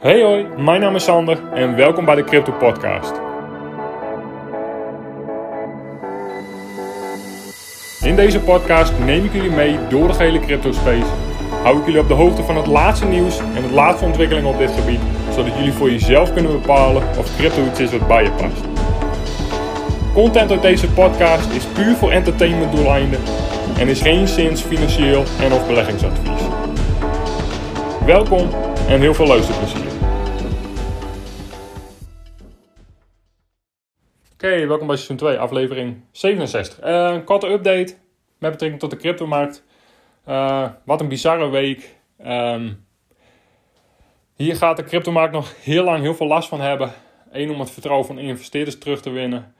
Hey hoi, mijn naam is Sander en welkom bij de Crypto Podcast. In deze podcast neem ik jullie mee door de gehele crypto space. Hou ik jullie op de hoogte van het laatste nieuws en de laatste ontwikkelingen op dit gebied, zodat jullie voor jezelf kunnen bepalen of crypto iets is wat bij je past. Content uit deze podcast is puur voor entertainment doeleinden en is geen zins financieel en of beleggingsadvies. Welkom en heel veel luisterplezier. Oké, welkom bij seizoen 2, aflevering 67. Een korte update met betrekking tot de cryptomarkt. Wat een bizarre week. Hier gaat de cryptomarkt nog heel lang heel veel last van hebben. Eén, om het vertrouwen van investeerders terug te winnen.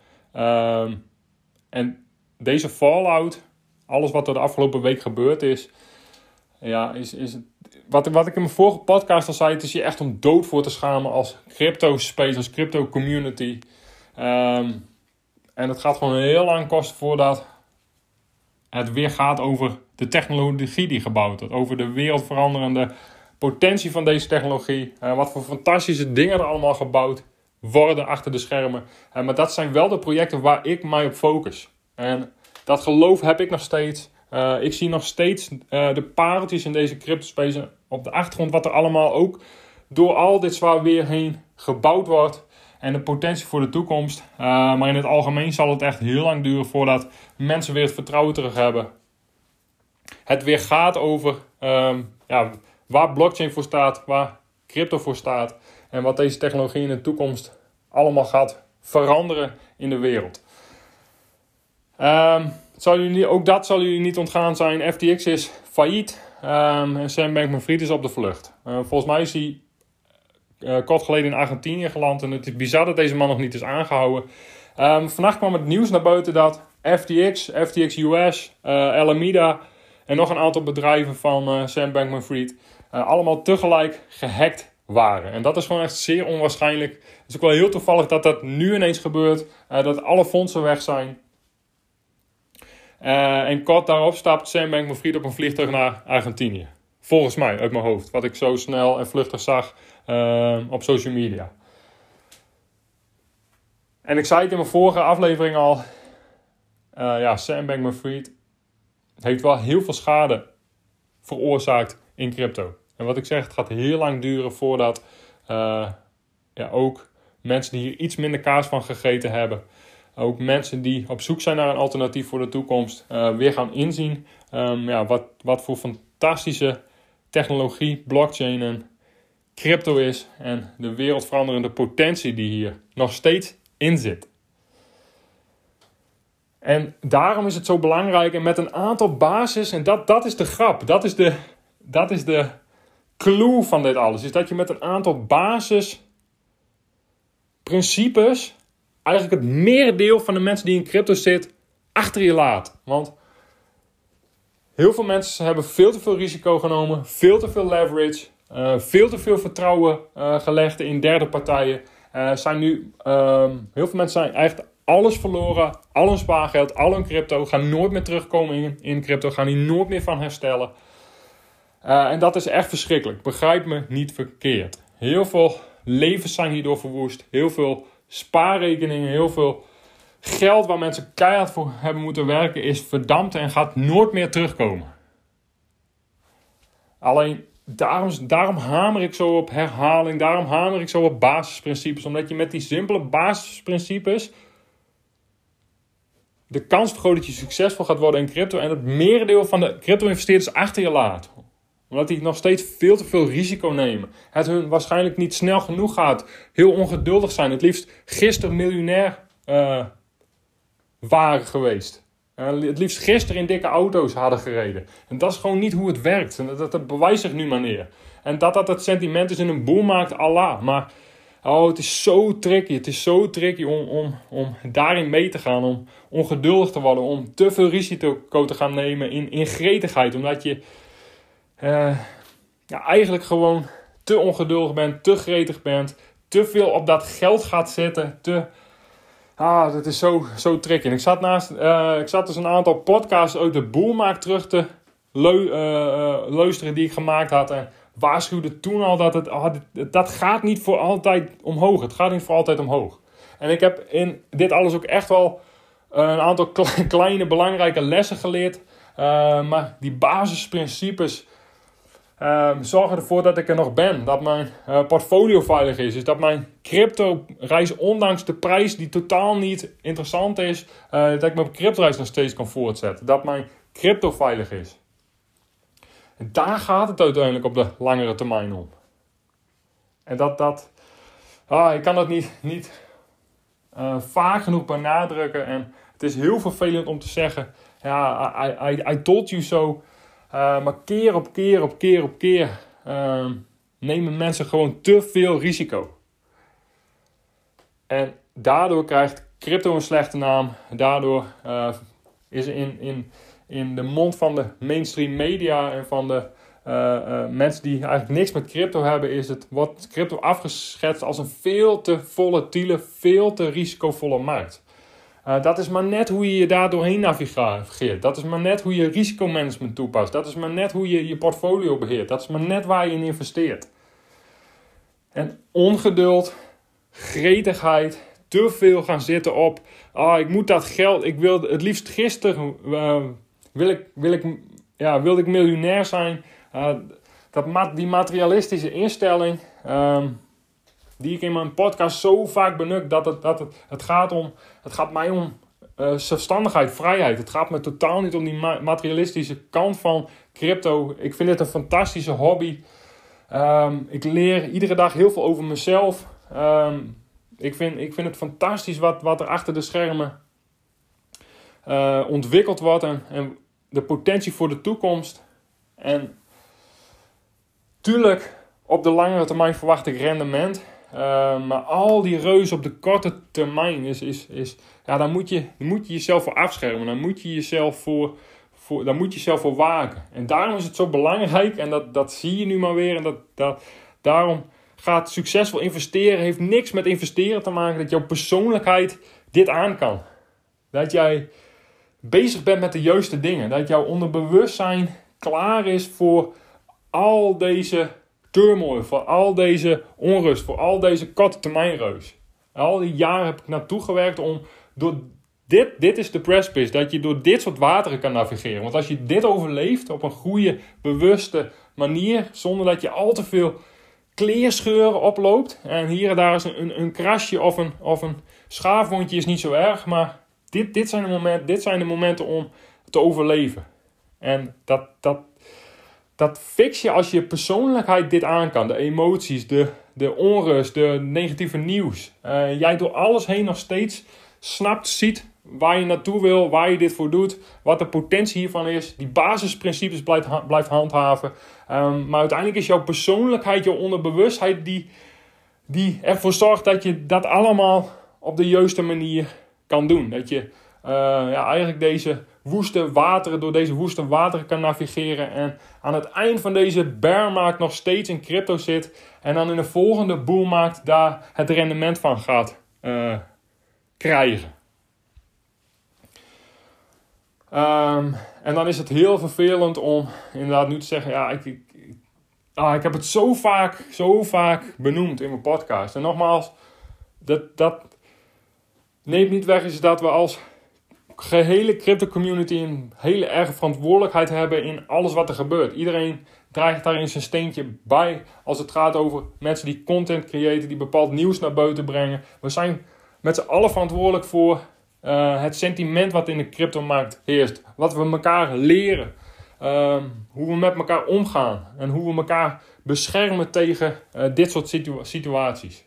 En deze fallout, alles wat er de afgelopen week gebeurd is, is wat ik in mijn vorige podcast al zei, het is hier echt om dood voor te schamen als crypto space, als crypto community. En het gaat gewoon heel lang kosten voordat het weer gaat over de technologie die gebouwd wordt. Over de wereldveranderende potentie van deze technologie. Wat voor fantastische dingen er allemaal gebouwd worden achter de schermen. Maar dat zijn wel de projecten waar ik mij op focus. En dat geloof heb ik nog steeds. Ik zie nog steeds de pareltjes in deze cryptospace op de achtergrond. Wat er allemaal ook door al dit zwaar weer heen gebouwd wordt. En de potentie voor de toekomst. Maar in het algemeen zal het echt heel lang duren voordat mensen weer het vertrouwen terug hebben. Het weer gaat over waar blockchain voor staat, waar crypto voor staat. En wat deze technologie in de toekomst allemaal gaat veranderen in de wereld. Ook dat zal jullie niet ontgaan zijn. FTX is failliet. En Sam Bankman-Fried is op de vlucht. Volgens mij is hij kort geleden in Argentinië geland. En het is bizar dat deze man nog niet is aangehouden. Vannacht kwam het nieuws naar buiten dat FTX US, Alameda en nog een aantal bedrijven van Sam Bankman-Fried allemaal tegelijk gehackt waren. En dat is gewoon echt zeer onwaarschijnlijk. Het is ook wel heel toevallig dat dat nu ineens gebeurt. Dat alle fondsen weg zijn. En kort daarop stapt Sam Bankman-Fried op een vliegtuig naar Argentinië. Volgens mij, uit mijn hoofd. Wat ik zo snel en vluchtig zag op social media. En ik zei het in mijn vorige aflevering al. Sam Bankman-Fried heeft wel heel veel schade veroorzaakt in crypto. En wat ik zeg, het gaat heel lang duren voordat ook mensen die hier iets minder kaas van gegeten hebben, ook mensen die op zoek zijn naar een alternatief voor de toekomst, weer gaan inzien wat voor fantastische technologie blockchain en crypto is en de wereldveranderende potentie die hier nog steeds in zit. En daarom is het zo belangrijk en met een aantal basis, en dat is de grap, dat is de clue van dit alles, is dat je met een aantal basisprincipes eigenlijk het merendeel van de mensen die in crypto zitten achter je laat. Want heel veel mensen hebben veel te veel risico genomen, veel te veel leverage, veel te veel vertrouwen gelegd in derde partijen. Heel veel mensen zijn echt alles verloren, al hun spaargeld, al hun crypto, gaan nooit meer terugkomen in crypto, gaan hier nooit meer van herstellen. En dat is echt verschrikkelijk, begrijp me niet verkeerd. Heel veel levens zijn hierdoor verwoest, heel veel spaarrekeningen, heel veel geld waar mensen keihard voor hebben moeten werken is verdampt en gaat nooit meer terugkomen. Alleen daarom hamer ik zo op herhaling, daarom hamer ik zo op basisprincipes. Omdat je met die simpele basisprincipes de kans vergroot dat je succesvol gaat worden in crypto en het merendeel van de crypto-investeerders achter je laat. Omdat die nog steeds veel te veel risico nemen. Het hun waarschijnlijk niet snel genoeg gaat. Heel ongeduldig zijn. Het liefst gisteren miljonair waren geweest. Het liefst gisteren in dikke auto's hadden gereden. En dat is gewoon niet hoe het werkt. En dat bewijst zich nu maar neer. En dat het sentiment is in een boelmarkt, Allah. Maar het is zo tricky. Het is zo tricky om daarin mee te gaan. Om ongeduldig te worden. Om te veel risico te gaan nemen in gretigheid. Omdat je eigenlijk gewoon te ongeduldig bent. Te gretig bent. Te veel op dat geld gaat zitten. Dat is zo tricky. En ik zat dus een aantal podcasts uit de boelmarkt terug te luisteren die ik gemaakt had. En waarschuwde toen al dat dat gaat niet voor altijd omhoog. Het gaat niet voor altijd omhoog. En ik heb in dit alles ook echt wel een aantal kleine belangrijke lessen geleerd. Maar die basisprincipes zorgen ervoor dat ik er nog ben. Dat mijn portfolio veilig is. Dus dat mijn crypto-reis, ondanks de prijs die totaal niet interessant is, dat ik mijn crypto-reis nog steeds kan voortzetten. Dat mijn crypto veilig is. En daar gaat het uiteindelijk op de langere termijn om. En ik kan dat niet vaak genoeg benadrukken. En het is heel vervelend om te zeggen, ja, I told you so. Maar keer op keer nemen mensen gewoon te veel risico. En daardoor krijgt crypto een slechte naam. Daardoor is in de mond van de mainstream media en van de mensen die eigenlijk niks met crypto hebben, wordt crypto afgeschetst als een veel te volatiele, veel te risicovolle markt. Dat is maar net hoe je daar doorheen navigeert. Dat is maar net hoe je risicomanagement toepast. Dat is maar net hoe je je portfolio beheert. Dat is maar net waar je in investeert. En ongeduld, gretigheid, te veel gaan zitten op, ik moet dat geld, ik wil het liefst gisteren, wilde ik miljonair zijn. Die materialistische instelling, die ik in mijn podcast zo vaak benuk, het gaat mij om zelfstandigheid, vrijheid. Het gaat me totaal niet om die materialistische kant van crypto. Ik vind het een fantastische hobby. Ik leer iedere dag heel veel over mezelf. Ik vind het fantastisch wat er achter de schermen ontwikkeld wordt en de potentie voor de toekomst. En tuurlijk, op de langere termijn verwacht ik rendement. Maar al die reuzen op de korte termijn dan moet je jezelf voor afschermen. Dan moet je jezelf voor waken. En daarom is het zo belangrijk, en dat zie je nu maar weer. En daarom gaat succesvol investeren, heeft niks met investeren te maken, dat jouw persoonlijkheid dit aan kan. Dat jij bezig bent met de juiste dingen. Dat jouw onderbewustzijn klaar is voor al deze turmoil, voor al deze onrust, voor al deze korte termijnreus. Al die jaren heb ik naartoe gewerkt om door dit is de precipice, dat je door dit soort wateren kan navigeren. Want als je dit overleeft op een goede, bewuste manier, zonder dat je al te veel kleerscheuren oploopt, en hier en daar is een krasje of een schaafwondje is niet zo erg, maar dit zijn de momenten om te overleven. En dat fix je als je persoonlijkheid dit aan kan. De emoties, de onrust, de negatieve nieuws. Jij door alles heen nog steeds ziet waar je naartoe wil, waar je dit voor doet, wat de potentie hiervan is. Die basisprincipes blijft handhaven. Maar uiteindelijk is jouw persoonlijkheid, jouw onderbewustheid die ervoor zorgt dat je dat allemaal op de juiste manier kan doen. Dat je eigenlijk door deze woeste wateren kan navigeren en aan het eind van deze bearmarkt nog steeds in crypto zit en dan in de volgende boelmarkt daar het rendement van gaat krijgen. En dan is het heel vervelend om inderdaad nu te zeggen, ik heb het zo vaak benoemd in mijn podcast. En nogmaals, dat neemt niet weg is dat we als gehele crypto community een hele erge verantwoordelijkheid hebben in alles wat er gebeurt. Iedereen draagt daarin zijn steentje bij als het gaat over mensen die content creëren, die bepaald nieuws naar buiten brengen. We zijn met z'n allen verantwoordelijk voor het sentiment wat in de cryptomarkt heerst. Wat we elkaar leren. Hoe we met elkaar omgaan. En hoe we elkaar beschermen tegen dit soort situaties.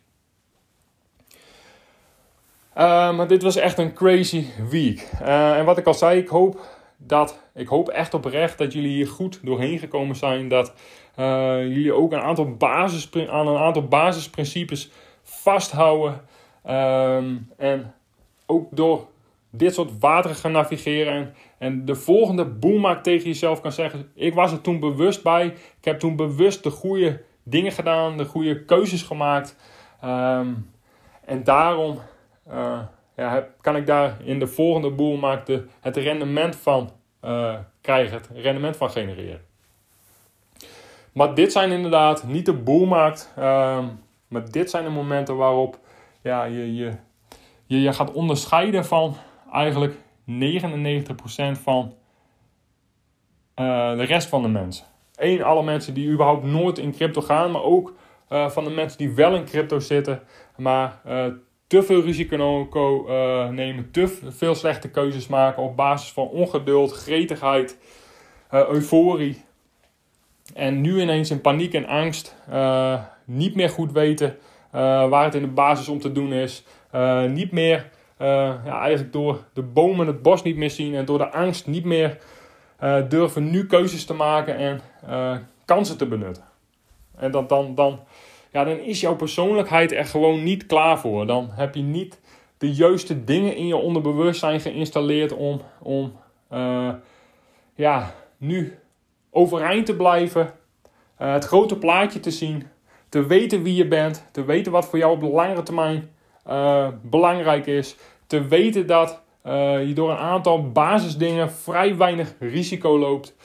Maar dit was echt een crazy week. En wat ik al zei, ik hoop echt oprecht dat jullie hier goed doorheen gekomen zijn. Dat jullie ook aan een aantal basisprincipes vasthouden. En ook door dit soort wateren gaan navigeren. En de volgende boelmarkt tegen jezelf kan zeggen, ik was er toen bewust bij. Ik heb toen bewust de goede dingen gedaan. De goede keuzes gemaakt. En daarom kan ik daar in de volgende boelmarkt het rendement van krijgen. Het rendement van genereren. Maar dit zijn inderdaad niet de boelmarkt. Maar dit zijn de momenten waarop je gaat onderscheiden van eigenlijk 99% van de rest van de mensen. Alle mensen die überhaupt nooit in crypto gaan, maar ook van de mensen die wel in crypto zitten, maar te veel risico nemen, te veel slechte keuzes maken op basis van ongeduld, gretigheid, euforie. En nu ineens in paniek en angst, niet meer goed weten waar het in de basis om te doen is. Niet meer, eigenlijk door de bomen het bos niet meer zien en door de angst niet meer durven nu keuzes te maken en kansen te benutten. En dan is jouw persoonlijkheid er gewoon niet klaar voor. Dan heb je niet de juiste dingen in je onderbewustzijn geïnstalleerd om nu overeind te blijven. Het grote plaatje te zien. Te weten wie je bent. Te weten wat voor jou op de langere termijn belangrijk is. Te weten dat je door een aantal basisdingen vrij weinig risico loopt.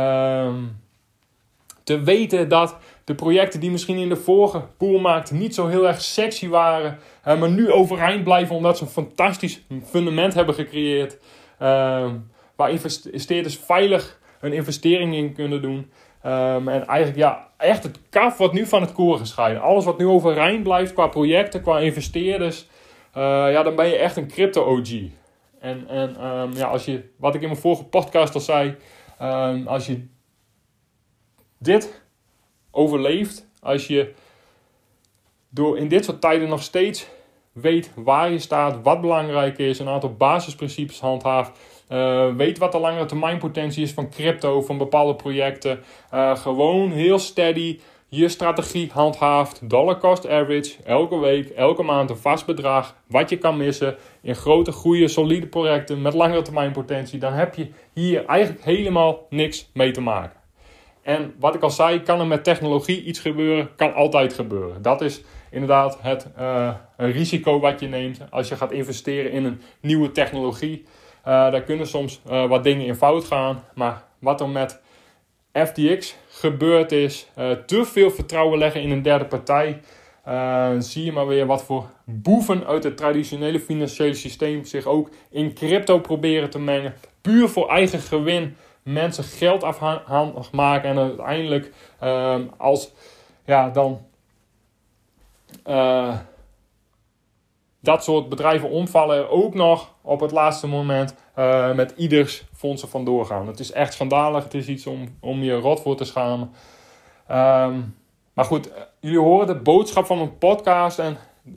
Te weten dat de projecten die misschien in de vorige poolmarkt niet zo heel erg sexy waren, maar nu overeind blijven omdat ze een fantastisch fundament hebben gecreëerd. Waar investeerders veilig een investering in kunnen doen. En eigenlijk echt het kaf wat nu van het koren gescheiden. Alles wat nu overeind blijft qua projecten, qua investeerders. Dan ben je echt een crypto OG. Als je, wat ik in mijn vorige podcast al zei, als je dit overleeft, als je in dit soort tijden nog steeds weet waar je staat, wat belangrijk is, een aantal basisprincipes handhaaft, weet wat de langere termijn potentie is van crypto, van bepaalde projecten, gewoon heel steady je strategie handhaaft, dollar cost average, elke week, elke maand een vast bedrag, wat je kan missen in grote, goede, solide projecten met langere termijn potentie, dan heb je hier eigenlijk helemaal niks mee te maken. En wat ik al zei, kan er met technologie iets gebeuren, kan altijd gebeuren. Dat is inderdaad een risico wat je neemt als je gaat investeren in een nieuwe technologie. Daar kunnen soms wat dingen in fout gaan, maar wat er met FTX gebeurd is, te veel vertrouwen leggen in een derde partij, zie je maar weer wat voor boeven uit het traditionele financiële systeem zich ook in crypto proberen te mengen, puur voor eigen gewin. Mensen geld afhandig maken en uiteindelijk dat soort bedrijven omvallen ook nog op het laatste moment met ieders fondsen vandoor gaan. Het is echt schandalig. Het is iets om je rot voor te schamen. Maar goed, jullie horen de boodschap van mijn podcast. En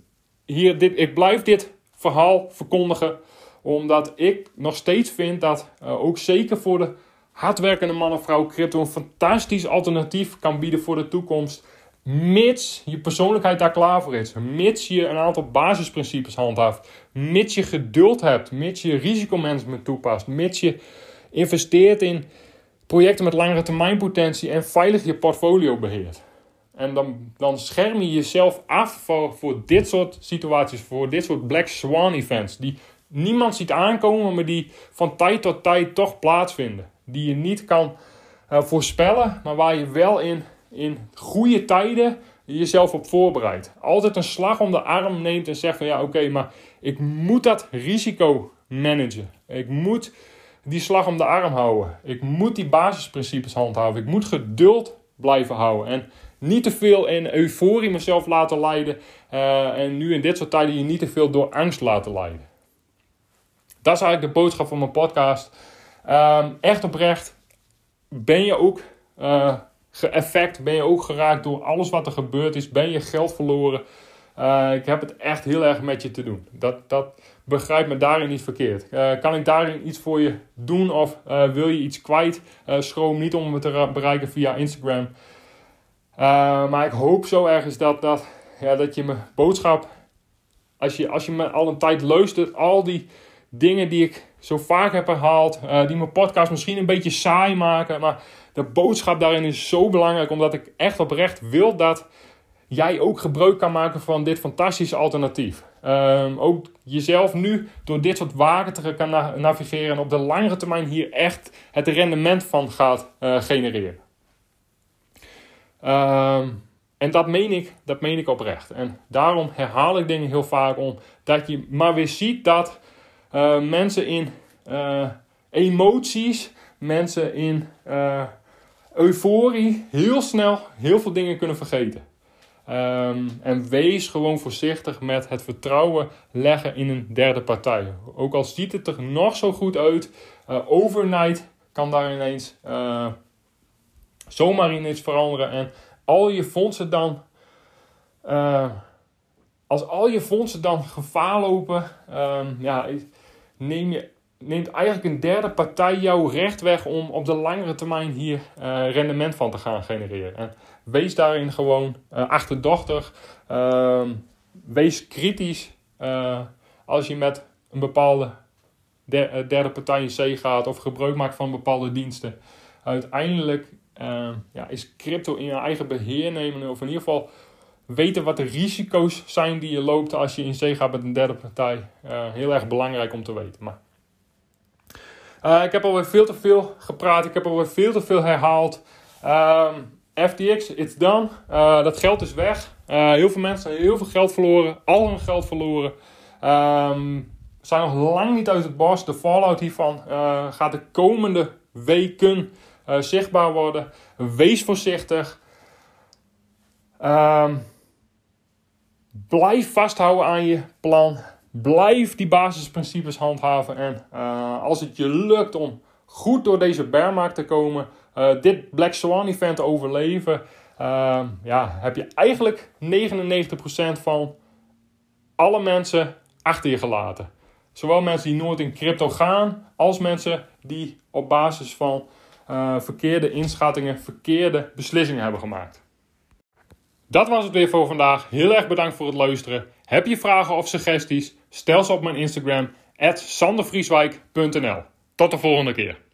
ik blijf dit verhaal verkondigen. Omdat ik nog steeds vind dat ook zeker voor de hardwerkende man of vrouw crypto een fantastisch alternatief kan bieden voor de toekomst. Mits je persoonlijkheid daar klaar voor is. Mits je een aantal basisprincipes handhaaft. Mits je geduld hebt. Mits je risicomanagement toepast. Mits je investeert in projecten met langere termijnpotentie en veilig je portfolio beheert. En dan scherm je jezelf af voor dit soort situaties. Voor dit soort Black Swan events. Die niemand ziet aankomen, maar die van tijd tot tijd toch plaatsvinden. Die je niet kan voorspellen, maar waar je wel in goede tijden jezelf op voorbereidt. Altijd een slag om de arm neemt en zegt van oké, maar ik moet dat risico managen. Ik moet die slag om de arm houden. Ik moet die basisprincipes handhaven. Ik moet geduld blijven houden. En niet te veel in euforie mezelf laten leiden. En nu in dit soort tijden je niet te veel door angst laten leiden. Dat is eigenlijk de boodschap van mijn podcast. Echt oprecht. Ben je ook ben je ook geraakt door alles wat er gebeurd is? Ben je geld verloren? Ik heb het echt heel erg met je te doen. Dat begrijp me daarin niet verkeerd. Kan ik daarin iets voor je doen of wil je iets kwijt? Schroom niet om me te bereiken via Instagram. Maar ik hoop zo ergens dat je mijn boodschap, als je me al een tijd luistert, al die dingen die ik zo vaak heb herhaald, die mijn podcast misschien een beetje saai maken, maar de boodschap daarin is zo belangrijk, omdat ik echt oprecht wil dat jij ook gebruik kan maken van dit fantastische alternatief. Ook jezelf nu door dit soort wagen kan navigeren en op de langere termijn hier echt het rendement van gaat genereren. En dat meen ik oprecht. En daarom herhaal ik dingen heel vaak om. Dat je maar weer ziet dat mensen in emoties, mensen in euforie heel snel heel veel dingen kunnen vergeten. En wees gewoon voorzichtig met het vertrouwen leggen in een derde partij. Ook al ziet het er nog zo goed uit, overnight kan daar ineens zomaar ineens veranderen. En al je fondsen dan, als al je fondsen dan gevaar lopen, neemt eigenlijk een derde partij jouw recht weg om op de langere termijn hier rendement van te gaan genereren. En wees daarin gewoon achterdochtig. Wees kritisch als je met een bepaalde derde partij in zee gaat of gebruik maakt van bepaalde diensten. Uiteindelijk is crypto in je eigen beheer nemen, of in ieder geval weten wat de risico's zijn die je loopt als je in zee gaat met een derde partij. Heel erg belangrijk om te weten. Maar ik heb alweer veel te veel gepraat. Ik heb alweer veel te veel herhaald. FTX, it's done. Dat geld is weg. Heel veel mensen hebben heel veel geld verloren. Al hun geld verloren. Zijn nog lang niet uit het bos. De fallout hiervan gaat de komende weken zichtbaar worden. Wees voorzichtig. Blijf vasthouden aan je plan. Blijf die basisprincipes handhaven. En als het je lukt om goed door deze bearmarkt te komen, dit Black Swan event te overleven, heb je eigenlijk 99% van alle mensen achter je gelaten. Zowel mensen die nooit in crypto gaan, als mensen die op basis van verkeerde inschattingen, verkeerde beslissingen hebben gemaakt. Dat was het weer voor vandaag. Heel erg bedankt voor het luisteren. Heb je vragen of suggesties? Stel ze op mijn Instagram @sandervrieswijk.nl. Tot de volgende keer.